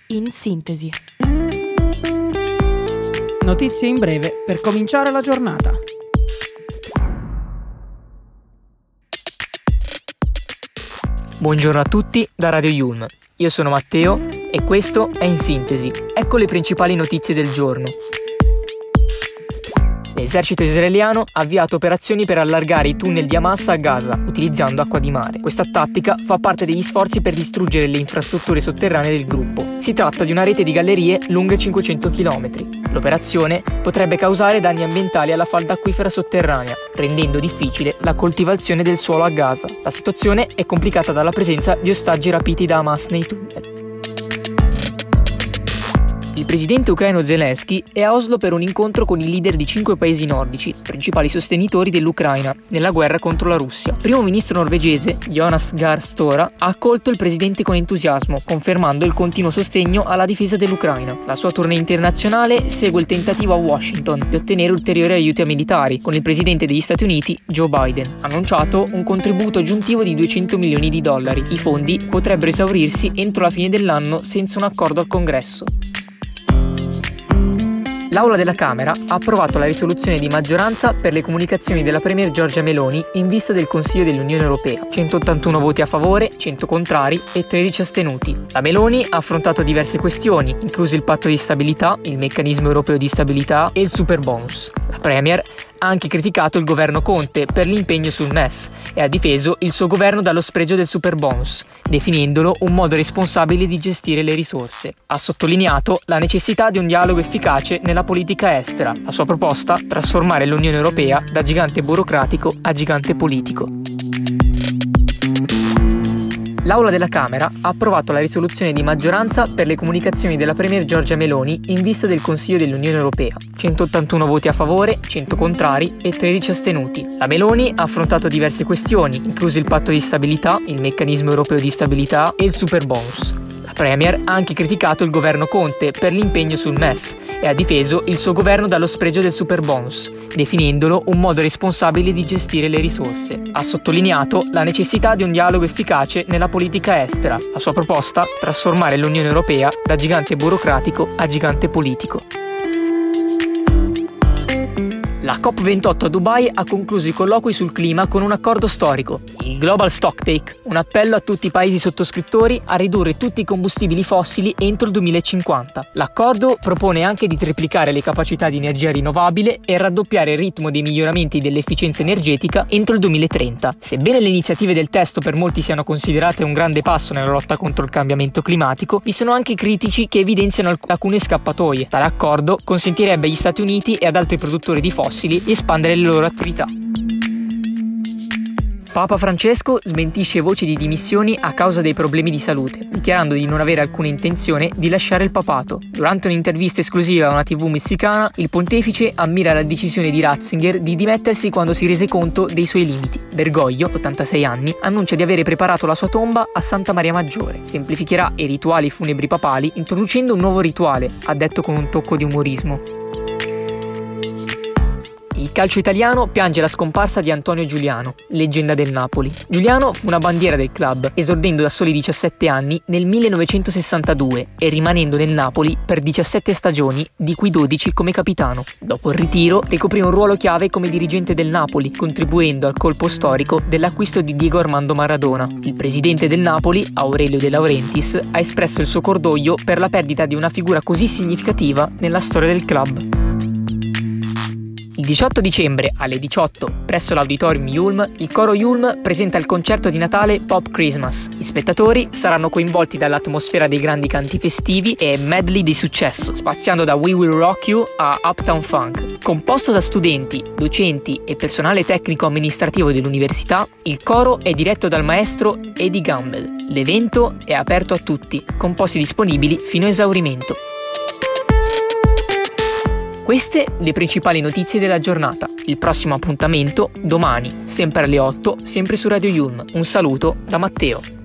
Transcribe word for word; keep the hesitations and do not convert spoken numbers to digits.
in sintesi. Notizie in breve per cominciare la giornata. Buongiorno a tutti da Radio Yulm. Io sono Matteo e questo è In Sintesi. Ecco le principali notizie del giorno. L'esercito israeliano ha avviato operazioni per allargare i tunnel di Hamas a Gaza, utilizzando acqua di mare. Questa tattica fa parte degli sforzi per distruggere le infrastrutture sotterranee del gruppo. Si tratta di una rete di gallerie lunga cinquecento chilometri. L'operazione potrebbe causare danni ambientali alla falda acquifera sotterranea, rendendo difficile la coltivazione del suolo a Gaza. La situazione è complicata dalla presenza di ostaggi rapiti da Hamas nei tunnel. Il presidente ucraino Zelensky è a Oslo per un incontro con i leader di cinque paesi nordici, principali sostenitori dell'Ucraina nella guerra contro la Russia. Il primo ministro norvegese, Jonas Gahr Støre, ha accolto il presidente con entusiasmo, confermando il continuo sostegno alla difesa dell'Ucraina. La sua tournée internazionale segue il tentativo a Washington di ottenere ulteriori aiuti militari, con il presidente degli Stati Uniti, Joe Biden. Ha annunciato un contributo aggiuntivo di duecento milioni di dollari. I fondi potrebbero esaurirsi entro la fine dell'anno senza un accordo al Congresso. L'Aula della Camera ha approvato la risoluzione di maggioranza per le comunicazioni della Premier Giorgia Meloni in vista del Consiglio dell'Unione Europea. centottantuno voti a favore, cento contrari e tredici astenuti. La Meloni ha affrontato diverse questioni, incluso il patto di stabilità, il meccanismo europeo di stabilità e il superbonus. La Premier ha anche criticato il governo Conte per l'impegno sul M E S e ha difeso il suo governo dallo spregio del superbonus, definendolo un modo responsabile di gestire le risorse. Ha sottolineato la necessità di un dialogo efficace nella politica estera. La sua proposta: trasformare l'Unione Europea da gigante burocratico a gigante politico. L'Aula della Camera ha approvato la risoluzione di maggioranza per le comunicazioni della Premier Giorgia Meloni in vista del Consiglio dell'Unione Europea. centottantuno voti a favore, cento contrari e tredici astenuti. La Meloni ha affrontato diverse questioni, incluso il patto di stabilità, il meccanismo europeo di stabilità e il superbonus. La Premier ha anche criticato il governo Conte per l'impegno sul M E S e ha difeso il suo governo dallo spregio del superbonus, definendolo un modo responsabile di gestire le risorse. Ha sottolineato la necessità di un dialogo efficace nella politica estera. La sua proposta: trasformare l'Unione Europea da gigante burocratico a gigante politico. La COP ventotto a Dubai ha concluso i colloqui sul clima con un accordo storico, il Global Stocktake, un appello a tutti i paesi sottoscrittori a ridurre tutti i combustibili fossili entro il duemilacinquanta. L'accordo propone anche di triplicare le capacità di energia rinnovabile e raddoppiare il ritmo dei miglioramenti dell'efficienza energetica entro il duemilatrenta. Sebbene le iniziative del testo per molti siano considerate un grande passo nella lotta contro il cambiamento climatico, vi sono anche critici che evidenziano alcune scappatoie. Tale accordo consentirebbe agli Stati Uniti e ad altri produttori di fossili di espandere le loro attività. Papa Francesco smentisce voci di dimissioni a causa dei problemi di salute, dichiarando di non avere alcuna intenzione di lasciare il papato. Durante un'intervista esclusiva a una tivù messicana, il pontefice ammira la decisione di Ratzinger di dimettersi quando si rese conto dei suoi limiti. Bergoglio, ottantasei anni, annuncia di avere preparato la sua tomba a Santa Maria Maggiore. Semplificherà i rituali funebri papali introducendo un nuovo rituale, ha detto con un tocco di umorismo. Il calcio italiano piange la scomparsa di Antonio Giuliano, leggenda del Napoli. Giuliano fu una bandiera del club, esordendo da soli diciassette anni nel millenovecentosessantadue e rimanendo nel Napoli per diciassette stagioni, di cui dodici come capitano. Dopo il ritiro ricoprì un ruolo chiave come dirigente del Napoli, contribuendo al colpo storico dell'acquisto di Diego Armando Maradona. Il presidente del Napoli, Aurelio De Laurentiis, ha espresso il suo cordoglio per la perdita di una figura così significativa nella storia del club. Il diciotto dicembre alle diciotto presso l'Auditorium Yulm, il coro Yulm presenta il concerto di Natale Pop Christmas. Gli spettatori saranno coinvolti dall'atmosfera dei grandi canti festivi e medley di successo, spaziando da We Will Rock You a Uptown Funk. Composto da studenti, docenti e personale tecnico amministrativo dell'università, il coro è diretto dal maestro Eddie Gamble. L'evento è aperto a tutti, con posti disponibili fino a esaurimento. Queste le principali notizie della giornata. Il prossimo appuntamento domani, sempre alle otto, sempre su Radio Yulm. Un saluto da Matteo.